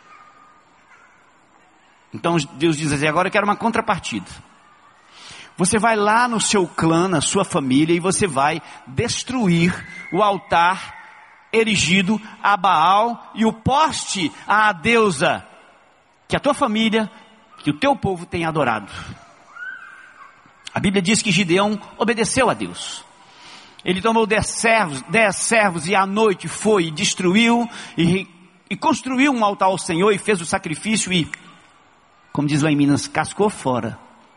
Então Deus diz assim: agora eu quero uma contrapartida. Você vai lá no seu clã, na sua família, e você vai destruir o altar erigido a Baal e o poste à deusa que a tua família, que o teu povo tem adorado. A Bíblia diz que Gideão obedeceu a Deus. Ele tomou 10 servos e à noite foi e destruiu e construiu um altar ao Senhor e fez o sacrifício e, como diz lá em Minas, cascou fora.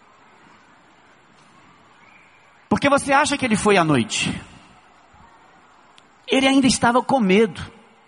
Porque você acha que ele foi à noite? Ele ainda estava com medo.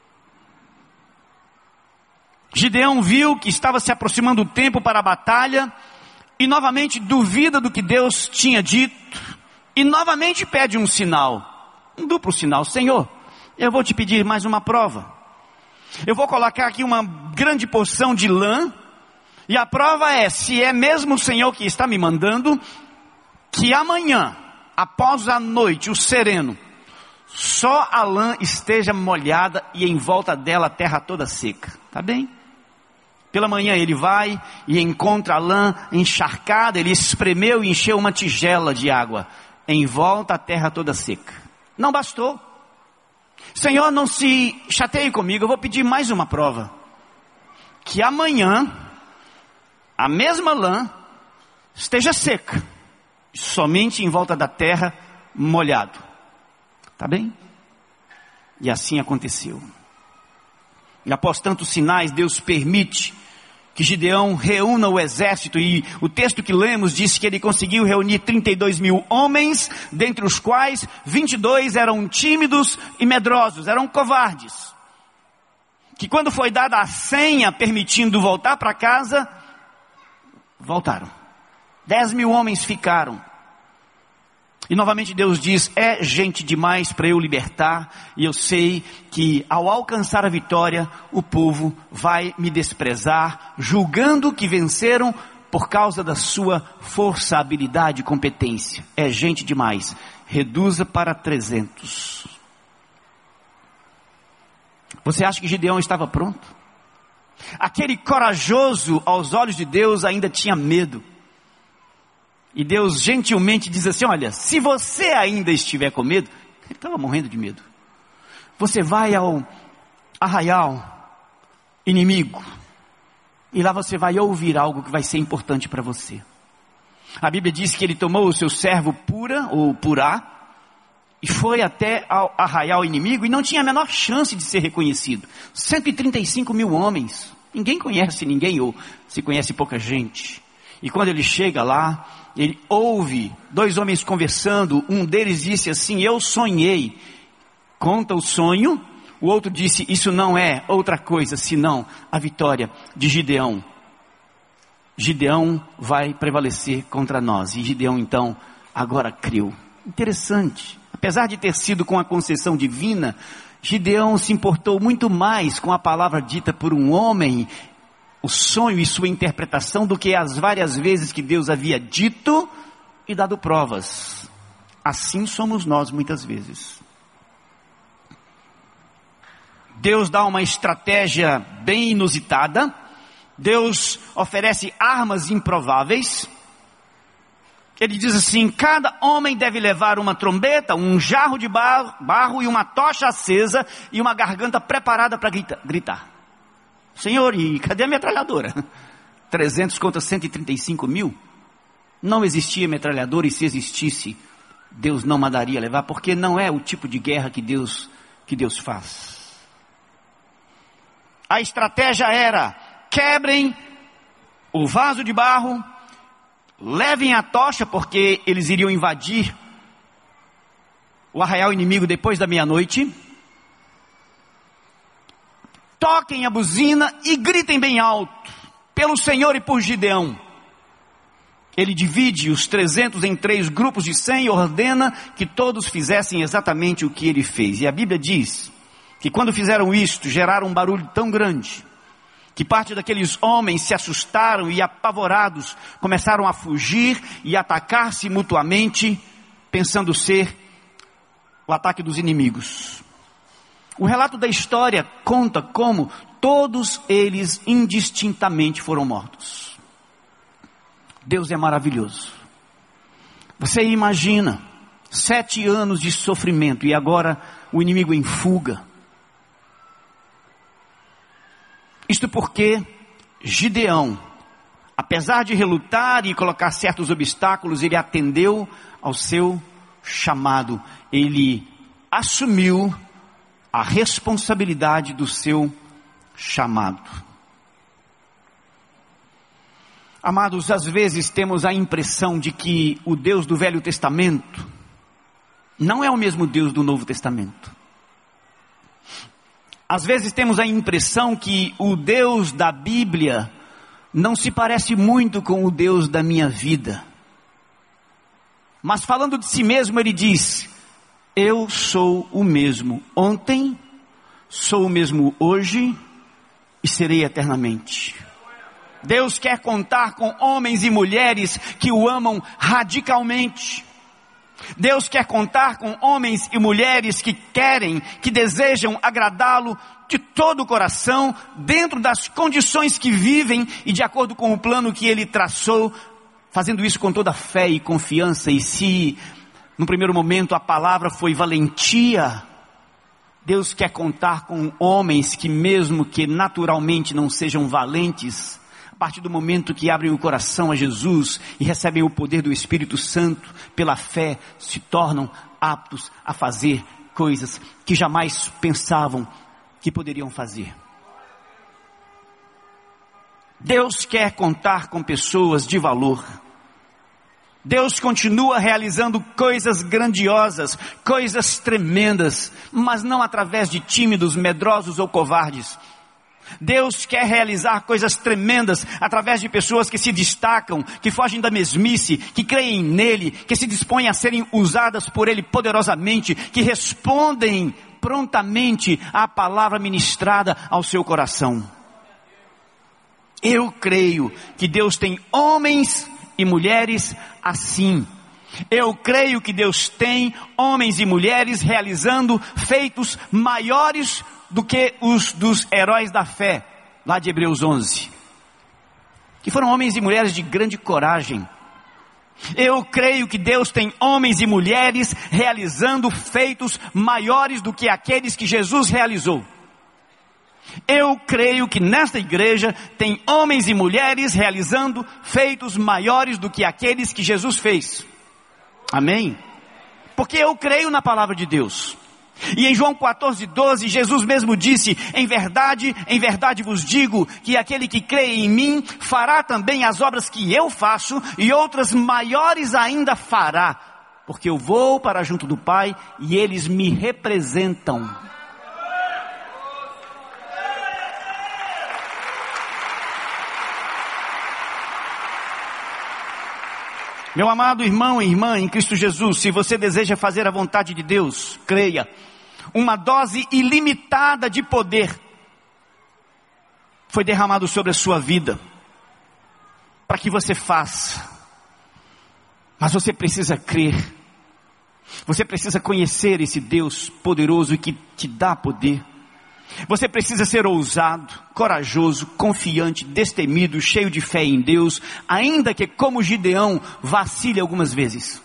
Gideão viu que estava se aproximando o tempo para a batalha e novamente duvida do que Deus tinha dito e novamente pede um sinal, um duplo sinal. Senhor, eu vou te pedir mais uma prova. Eu vou colocar aqui uma grande porção de lã e a prova é, se é mesmo o Senhor que está me mandando, que amanhã, após a noite, o sereno, só a lã esteja molhada e em volta dela a terra toda seca. Tá bem? Pela manhã ele vai e encontra a lã encharcada, ele espremeu e encheu uma tigela de água. Em volta a terra toda seca. Não bastou. Senhor, não se chateie comigo, eu vou pedir mais uma prova. Que amanhã a mesma lã esteja seca, somente em volta da terra molhado. Tá bem? E assim aconteceu. E após tantos sinais, Deus permite que Gideão reúna o exército, e o texto que lemos diz que ele conseguiu reunir 32 mil homens, dentre os quais 22 eram tímidos e medrosos, eram covardes, que quando foi dada a senha permitindo voltar para casa, voltaram. 10 mil homens ficaram. E novamente Deus diz: é gente demais para eu libertar, e eu sei que ao alcançar a vitória, o povo vai me desprezar, julgando que venceram por causa da sua força, habilidade e competência. É gente demais, reduza para 300. Você acha que Gideão estava pronto? Aquele corajoso aos olhos de Deus ainda tinha medo. E Deus gentilmente diz assim: olha, se você ainda estiver com medo, ele estava morrendo de medo, você vai ao arraial inimigo, e lá você vai ouvir algo que vai ser importante para você. A Bíblia diz que ele tomou o seu servo Pura, ou Purá, e foi até ao arraial inimigo, e não tinha a menor chance de ser reconhecido. 135 mil homens, ninguém conhece ninguém, ou se conhece pouca gente. E quando ele chega lá, ele ouve 2 homens conversando. Um deles disse assim: eu sonhei. Conta o sonho. O outro disse: isso não é outra coisa senão a vitória de Gideão. Gideão vai prevalecer contra nós. E Gideão então agora creu. Interessante. Apesar de ter sido com a concessão divina, Gideão se importou muito mais com a palavra dita por um homem, o sonho e sua interpretação, do que as várias vezes que Deus havia dito e dado provas. Assim somos nós muitas vezes. Deus dá uma estratégia bem inusitada. Deus oferece armas improváveis. Ele diz assim: cada homem deve levar uma trombeta, um jarro de barro e uma tocha acesa e uma garganta preparada para gritar. Senhor, e cadê a metralhadora? 300 contra 135 mil? Não existia metralhadora, e se existisse, Deus não mandaria levar, porque não é o tipo de guerra que Deus faz. A estratégia era: quebrem o vaso de barro, levem a tocha, porque eles iriam invadir o arraial inimigo depois da meia-noite. Toquem a buzina e gritem bem alto, pelo Senhor e por Gideão. Ele divide os 300 em 3 grupos de 100 e ordena que todos fizessem exatamente o que ele fez. E a Bíblia diz que quando fizeram isto, geraram um barulho tão grande, que parte daqueles homens se assustaram e apavorados, começaram a fugir e atacar-se mutuamente, pensando ser o ataque dos inimigos. O relato da história conta como todos eles indistintamente foram mortos. Deus é maravilhoso. Você imagina 7 anos de sofrimento e agora o inimigo em fuga. Isto porque Gideão, apesar de relutar e colocar certos obstáculos, ele atendeu ao seu chamado. Ele assumiu a responsabilidade do seu chamado. Amados, às vezes temos a impressão de que o Deus do Velho Testamento não é o mesmo Deus do Novo Testamento. Às vezes temos a impressão que o Deus da Bíblia não se parece muito com o Deus da minha vida. Mas falando de si mesmo, ele diz: eu sou o mesmo ontem, sou o mesmo hoje e serei eternamente. Deus quer contar com homens e mulheres que o amam radicalmente. Deus quer contar com homens e mulheres que querem, que desejam agradá-lo de todo o coração, dentro das condições que vivem e de acordo com o plano que ele traçou, fazendo isso com toda fé e confiança. E se no primeiro momento a palavra foi valentia, Deus quer contar com homens que, mesmo que naturalmente não sejam valentes, a partir do momento que abrem o coração a Jesus e recebem o poder do Espírito Santo, pela fé, se tornam aptos a fazer coisas que jamais pensavam que poderiam fazer. Deus quer contar com pessoas de valor. Deus continua realizando coisas grandiosas, coisas tremendas, mas não através de tímidos, medrosos ou covardes. Deus quer realizar coisas tremendas através de pessoas que se destacam, que fogem da mesmice, que creem nele, que se dispõem a serem usadas por ele poderosamente, que respondem prontamente à palavra ministrada ao seu coração. Eu creio que Deus tem homens e mulheres assim. Eu creio que Deus tem homens e mulheres realizando feitos maiores do que os dos heróis da fé, lá de Hebreus 11, que foram homens e mulheres de grande coragem. Eu creio que Deus tem homens e mulheres realizando feitos maiores do que aqueles que Jesus realizou. Eu creio que nesta igreja tem homens e mulheres realizando feitos maiores do que aqueles que Jesus fez. Amém? Porque eu creio na palavra de Deus. E em João 14:12, Jesus mesmo disse: em verdade vos digo, que aquele que crê em mim, fará também as obras que eu faço, e outras maiores ainda fará, porque eu vou para junto do Pai, e eles me representam. Meu amado irmão e irmã em Cristo Jesus, se você deseja fazer a vontade de Deus, creia, uma dose ilimitada de poder foi derramado sobre a sua vida, para que você faça. Mas você precisa crer, você precisa conhecer esse Deus poderoso e que te dá poder. Você precisa ser ousado, corajoso, confiante, destemido, cheio de fé em Deus, ainda que, como Gideão, vacile algumas vezes.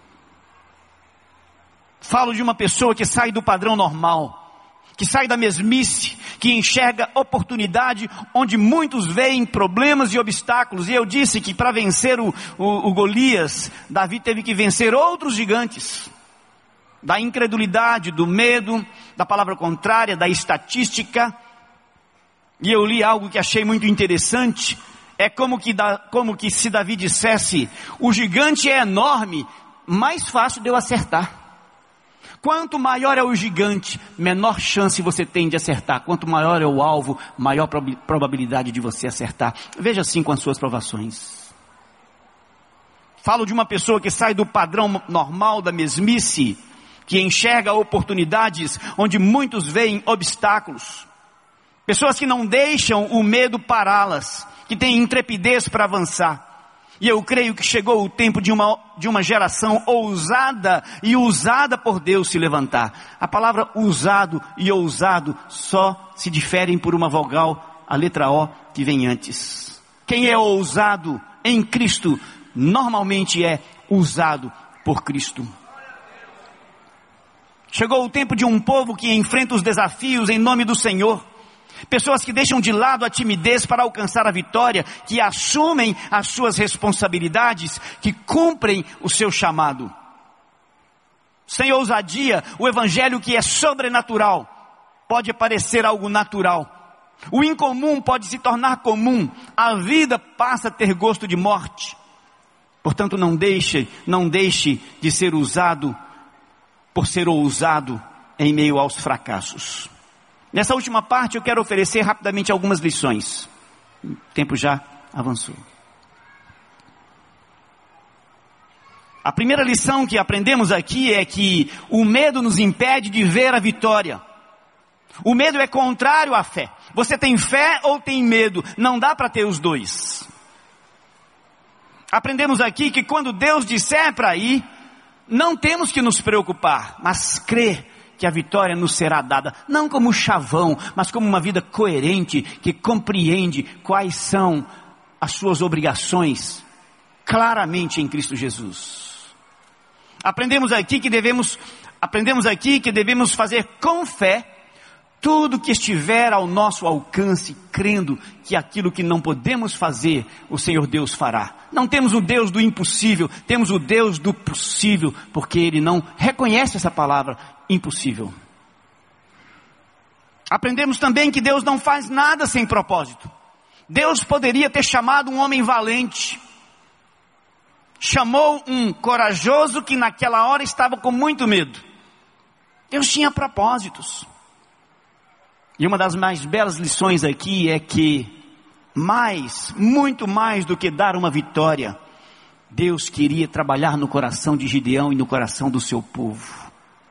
Falo de uma pessoa que sai do padrão normal, que sai da mesmice, que enxerga oportunidade onde muitos veem problemas e obstáculos. E eu disse que para vencer o Golias, Davi teve que vencer outros gigantes. Da incredulidade, do medo, da palavra contrária, da estatística. E eu li algo que achei muito interessante. É como que se Davi dissesse: o gigante é enorme, mais fácil de eu acertar. Quanto maior é o gigante, menor chance você tem de acertar. Quanto maior é o alvo, maior probabilidade de você acertar. Veja assim com as suas provações. Falo de uma pessoa que sai do padrão normal da mesmice, que enxerga oportunidades onde muitos veem obstáculos. Pessoas que não deixam o medo pará-las, que têm intrepidez para avançar. E eu creio que chegou o tempo de uma geração ousada e usada por Deus se levantar. A palavra usado e ousado só se diferem por uma vogal, a letra O, que vem antes. Quem é ousado em Cristo, normalmente é usado por Cristo. Chegou o tempo de um povo que enfrenta os desafios em nome do Senhor. Pessoas que deixam de lado a timidez para alcançar a vitória, que assumem as suas responsabilidades, que cumprem o seu chamado. Sem ousadia, o evangelho que é sobrenatural pode parecer algo natural. O incomum pode se tornar comum. A vida passa a ter gosto de morte. Portanto, não deixe de ser usado por ser ousado em meio aos fracassos. Nessa última parte eu quero oferecer rapidamente algumas lições. O tempo já avançou. A primeira lição que aprendemos aqui é que o medo nos impede de ver a vitória. O medo é contrário à fé. Você tem fé ou tem medo? Não dá para ter os dois. Aprendemos aqui que quando Deus disser para ir, não temos que nos preocupar, mas crer que a vitória nos será dada, não como chavão, mas como uma vida coerente, que compreende quais são as suas obrigações, claramente em Cristo Jesus. Aprendemos aqui que devemos fazer com fé tudo que estiver ao nosso alcance, crendo que aquilo que não podemos fazer, o Senhor Deus fará. Não temos o Deus do impossível, temos o Deus do possível, porque Ele não reconhece essa palavra, impossível. Aprendemos também que Deus não faz nada sem propósito. Deus poderia ter chamado um homem valente. Chamou um corajoso que naquela hora estava com muito medo. Deus tinha propósitos. E uma das mais belas lições aqui é que muito mais do que dar uma vitória, Deus queria trabalhar no coração de Gideão e no coração do seu povo.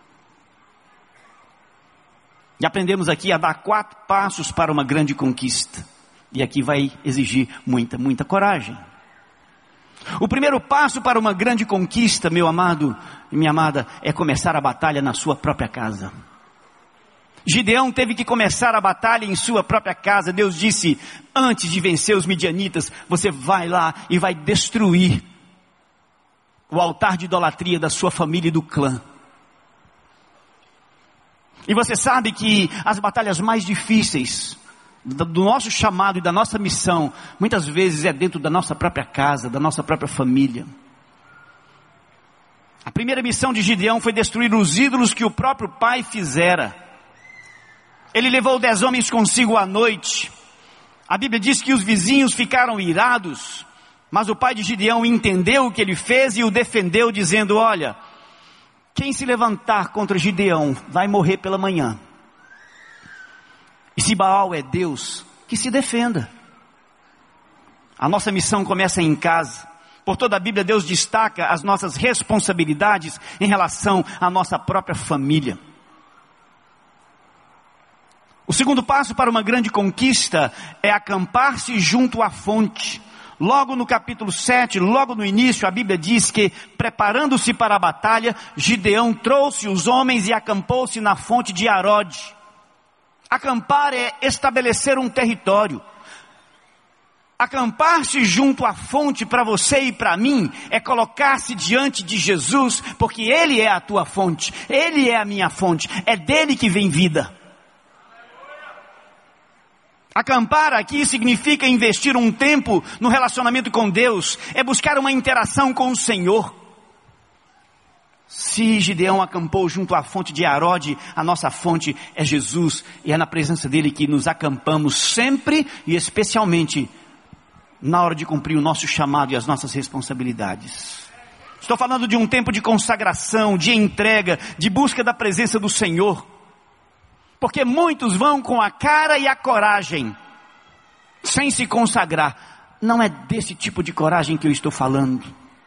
E aprendemos aqui a dar 4 passos para uma grande conquista. E aqui vai exigir muita coragem. O primeiro passo para uma grande conquista, meu amado e minha amada, é começar a batalha na sua própria casa. Gideão teve que começar a batalha em sua própria casa. Deus disse: antes de vencer os midianitas, você vai lá e vai destruir o altar de idolatria da sua família e do clã. E você sabe que as batalhas mais difíceis do nosso chamado e da nossa missão, muitas vezes é dentro da nossa própria casa, da nossa própria família. A primeira missão de Gideão foi destruir os ídolos que o próprio pai fizera. Ele levou 10 homens consigo à noite. A Bíblia diz que os vizinhos ficaram irados, mas o pai de Gideão entendeu o que ele fez e o defendeu, dizendo: olha, quem se levantar contra Gideão vai morrer pela manhã. E se Baal é Deus, que se defenda. A nossa missão começa em casa. Por toda a Bíblia, Deus destaca as nossas responsabilidades em relação à nossa própria família. O segundo passo para uma grande conquista é acampar-se junto à fonte. Logo no capítulo 7, logo no início, a Bíblia diz que, preparando-se para a batalha, Gideão trouxe os homens e acampou-se na fonte de Arode. Acampar é estabelecer um território. Acampar-se junto à fonte para você e para mim é colocar-se diante de Jesus, porque Ele é a tua fonte, Ele é a minha fonte, é dele que vem vida. Acampar aqui significa investir um tempo no relacionamento com Deus, é buscar uma interação com o Senhor. Se Gideão acampou junto à fonte de Arode, a nossa fonte é Jesus, e é na presença dele que nos acampamos sempre e especialmente na hora de cumprir o nosso chamado e as nossas responsabilidades. Estou falando de um tempo de consagração, de entrega, de busca da presença do Senhor. Porque muitos vão com a cara e a coragem, sem se consagrar. Não é desse tipo de coragem que eu estou falando.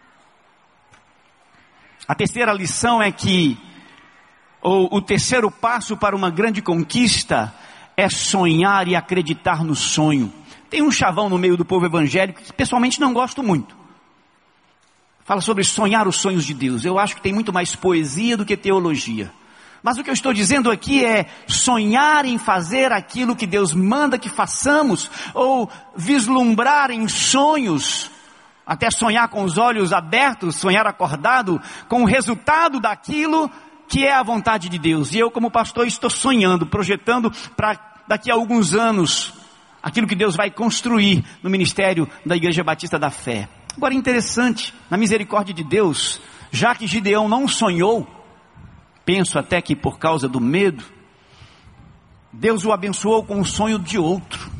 A terceira lição é que, o terceiro passo para uma grande conquista é sonhar e acreditar no sonho. Tem um chavão no meio do povo evangélico que pessoalmente não gosto muito. Fala sobre sonhar os sonhos de Deus. Eu acho que tem muito mais poesia do que teologia. Mas o que eu estou dizendo aqui é sonhar em fazer aquilo que Deus manda que façamos, ou vislumbrar em sonhos, até sonhar com os olhos abertos, sonhar acordado, com o resultado daquilo que é a vontade de Deus. E eu, como pastor, estou sonhando, projetando para daqui a alguns anos, aquilo que Deus vai construir no ministério da Igreja Batista da Fé. Agora, interessante, na misericórdia de Deus, já que Gideão não sonhou, penso até que por causa do medo, Deus o abençoou com o sonho de outro.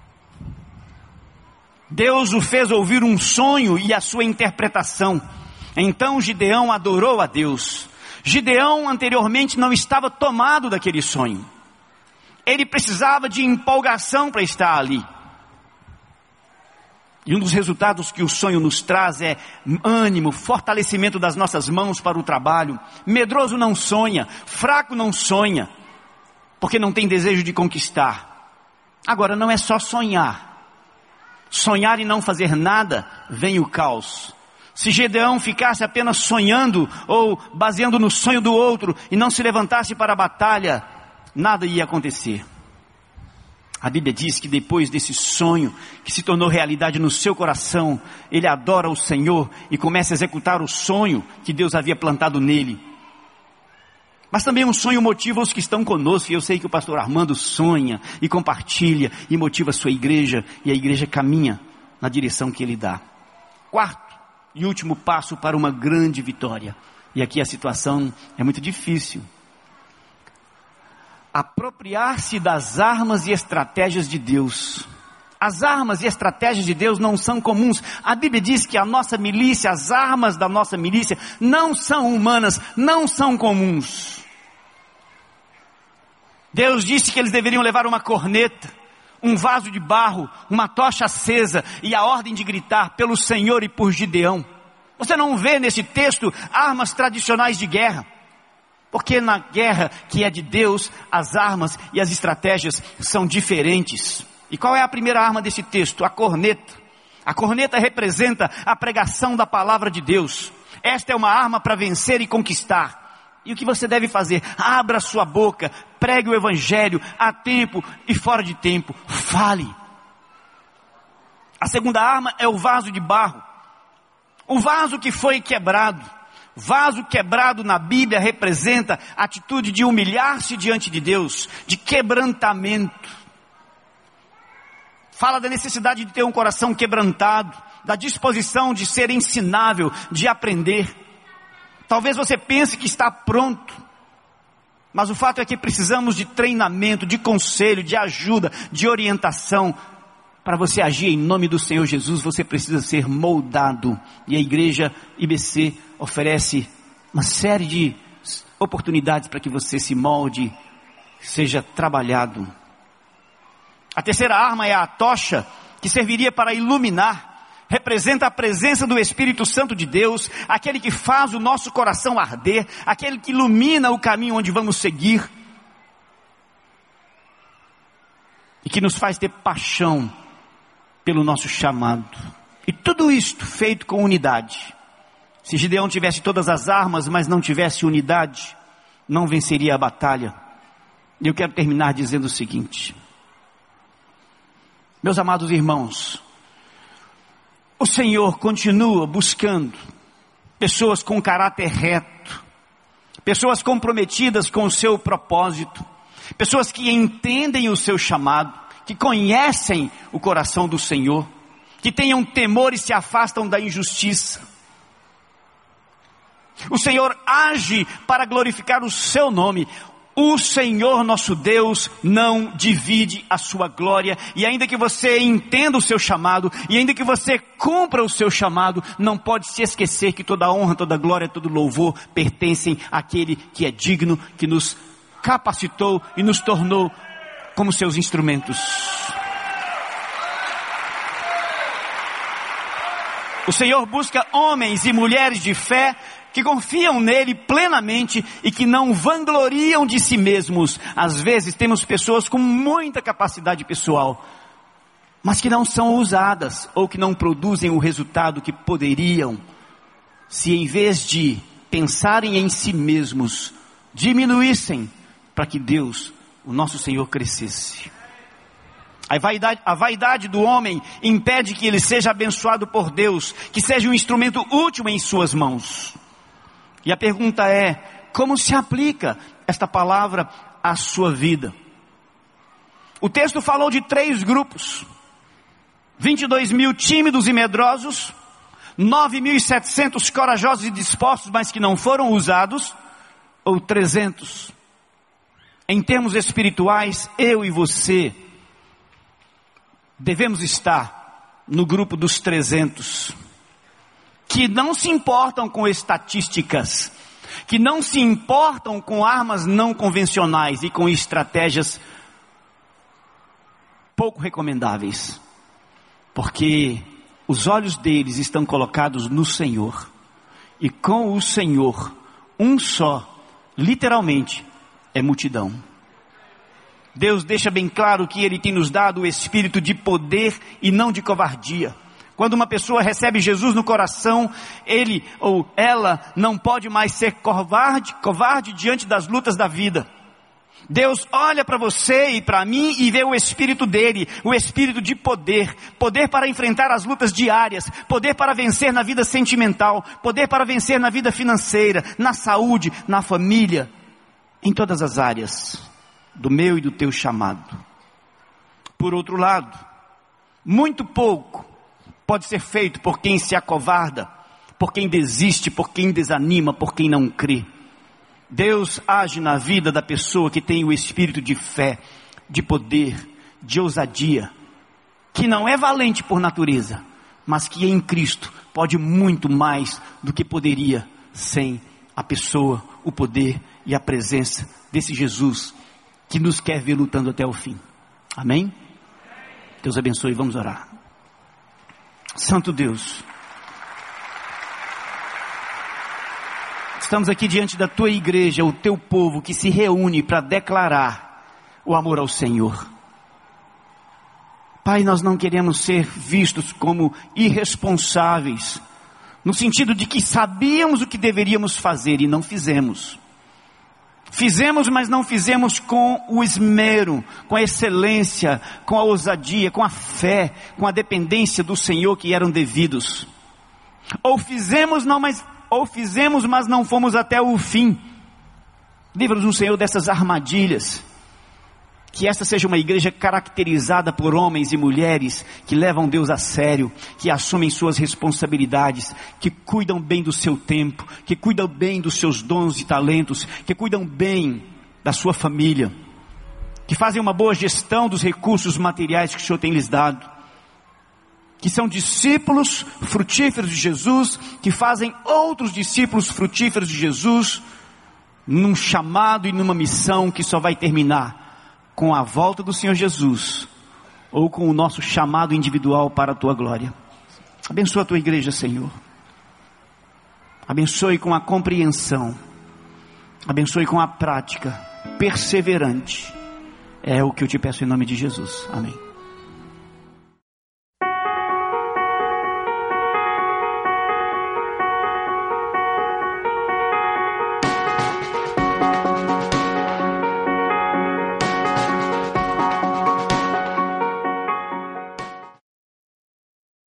Deus o fez ouvir um sonho e a sua interpretação. Então Gideão adorou a Deus. Gideão anteriormente não estava tomado daquele sonho. Ele precisava de empolgação para estar ali. E um dos resultados que o sonho nos traz é ânimo, fortalecimento das nossas mãos para o trabalho. Medroso não sonha, fraco não sonha, porque não tem desejo de conquistar. Agora, não é só sonhar. Sonhar e não fazer nada, vem o caos. Se Gideão ficasse apenas sonhando, ou baseando no sonho do outro, e não se levantasse para a batalha, nada ia acontecer. A Bíblia diz que depois desse sonho, que se tornou realidade no seu coração, ele adora o Senhor e começa a executar o sonho que Deus havia plantado nele. Mas também um sonho motiva os que estão conosco, e eu sei que o pastor Armando sonha e compartilha e motiva a sua igreja, e a igreja caminha na direção que ele dá. Quarto e último passo para uma grande vitória, e aqui a situação é muito difícil. Apropriar-se das armas e estratégias de Deus. As armas e estratégias de Deus não são comuns. A Bíblia diz que a nossa milícia, as armas da nossa milícia, não são humanas, não são comuns. Deus disse que eles deveriam levar uma corneta, um vaso de barro, uma tocha acesa e a ordem de gritar pelo Senhor e por Gideão. Você não vê nesse texto armas tradicionais de guerra. Porque na guerra que é de Deus, as armas e as estratégias são diferentes. E qual é a primeira arma desse texto? A corneta. A corneta representa a pregação da palavra de Deus. Esta é uma arma para vencer e conquistar. E o que você deve fazer? Abra sua boca, pregue o evangelho a tempo e fora de tempo. Fale. A segunda arma é o vaso de barro. O vaso que foi quebrado. Vaso quebrado na Bíblia representa a atitude de humilhar-se diante de Deus, de quebrantamento. Fala da necessidade de ter um coração quebrantado, da disposição de ser ensinável, de aprender. Talvez você pense que está pronto, mas o fato é que precisamos de treinamento, de conselho, de ajuda, de orientação. Para você agir em nome do Senhor Jesus, você precisa ser moldado. E a igreja IBC oferece uma série de oportunidades para que você se molde, seja trabalhado. A terceira arma é a tocha, que serviria para iluminar. Representa a presença do Espírito Santo de Deus, aquele que faz o nosso coração arder, aquele que ilumina o caminho onde vamos seguir. E que nos faz ter paixão pelo nosso chamado. E tudo isto feito com unidade. Se Gideão tivesse todas as armas, mas não tivesse unidade, não venceria a batalha. E eu quero terminar dizendo o seguinte: meus amados irmãos, o Senhor continua buscando pessoas com caráter reto, pessoas comprometidas com o seu propósito, pessoas que entendem o seu chamado, que conhecem o coração do Senhor, que tenham temor e se afastam da injustiça. O Senhor age para glorificar o seu nome. O Senhor nosso Deus não divide a sua glória, e ainda que você entenda o seu chamado, e ainda que você cumpra o seu chamado, não pode se esquecer que toda honra, toda glória, todo louvor pertencem àquele que é digno, que nos capacitou e nos tornou como seus instrumentos. O Senhor busca homens e mulheres de fé que confiam nele plenamente e que não vangloriam de si mesmos. Às vezes temos pessoas com muita capacidade pessoal, mas que não são usadas ou que não produzem o resultado que poderiam, se em vez de pensarem em si mesmos, diminuíssem para que Deus, o nosso Senhor, crescesse. A vaidade do homem impede que ele seja abençoado por Deus, que seja um instrumento útil em suas mãos. E a pergunta é, como se aplica esta palavra à sua vida? O texto falou de 3 grupos. 22 mil tímidos e medrosos, 9.700 corajosos e dispostos, mas que não foram usados, ou 300. Em termos espirituais, eu e você devemos estar no grupo dos 300, que não se importam com estatísticas, que não se importam com armas não convencionais e com estratégias pouco recomendáveis, porque os olhos deles estão colocados no Senhor, e com o Senhor, um só, literalmente, é multidão. Deus deixa bem claro que Ele tem nos dado o espírito de poder e não de covardia. Quando uma pessoa recebe Jesus no coração, ele ou ela não pode mais ser covarde diante das lutas da vida. Deus olha para você e para mim e vê o espírito dele, o espírito de poder, poder para enfrentar as lutas diárias, poder para vencer na vida sentimental, poder para vencer na vida financeira, na saúde, na família, em todas as áreas do meu e do teu chamado. Por outro lado, muito pouco pode ser feito por quem se acovarda, por quem desiste, por quem desanima, por quem não crê. Deus age na vida da pessoa que tem o espírito de fé, de poder, de ousadia, que não é valente por natureza, mas que em Cristo pode muito mais do que poderia sem a pessoa, o poder e a presença desse Jesus que nos quer ver lutando até o fim. Amém? Deus abençoe, vamos orar. Santo Deus, estamos aqui diante da tua igreja, o teu povo que se reúne para declarar o amor ao Senhor. Pai, nós não queremos ser vistos como irresponsáveis, no sentido de que sabíamos o que deveríamos fazer e não fizemos. Fizemos, mas não fizemos com o esmero, com a excelência, com a ousadia, com a fé, com a dependência do Senhor que eram devidos. Ou fizemos, mas não fomos até o fim. Livra-nos, Senhor, dessas armadilhas. Que esta seja uma igreja caracterizada por homens e mulheres que levam Deus a sério, que assumem suas responsabilidades, que cuidam bem do seu tempo, que cuidam bem dos seus dons e talentos, que cuidam bem da sua família, que fazem uma boa gestão dos recursos materiais que o Senhor tem lhes dado, que são discípulos frutíferos de Jesus, que fazem outros discípulos frutíferos de Jesus, num chamado e numa missão que só vai terminar com a volta do Senhor Jesus, ou com o nosso chamado individual para a tua glória. Abençoa a tua igreja, Senhor. Abençoe com a compreensão, abençoe com a prática perseverante. É o que eu te peço em nome de Jesus. Amém.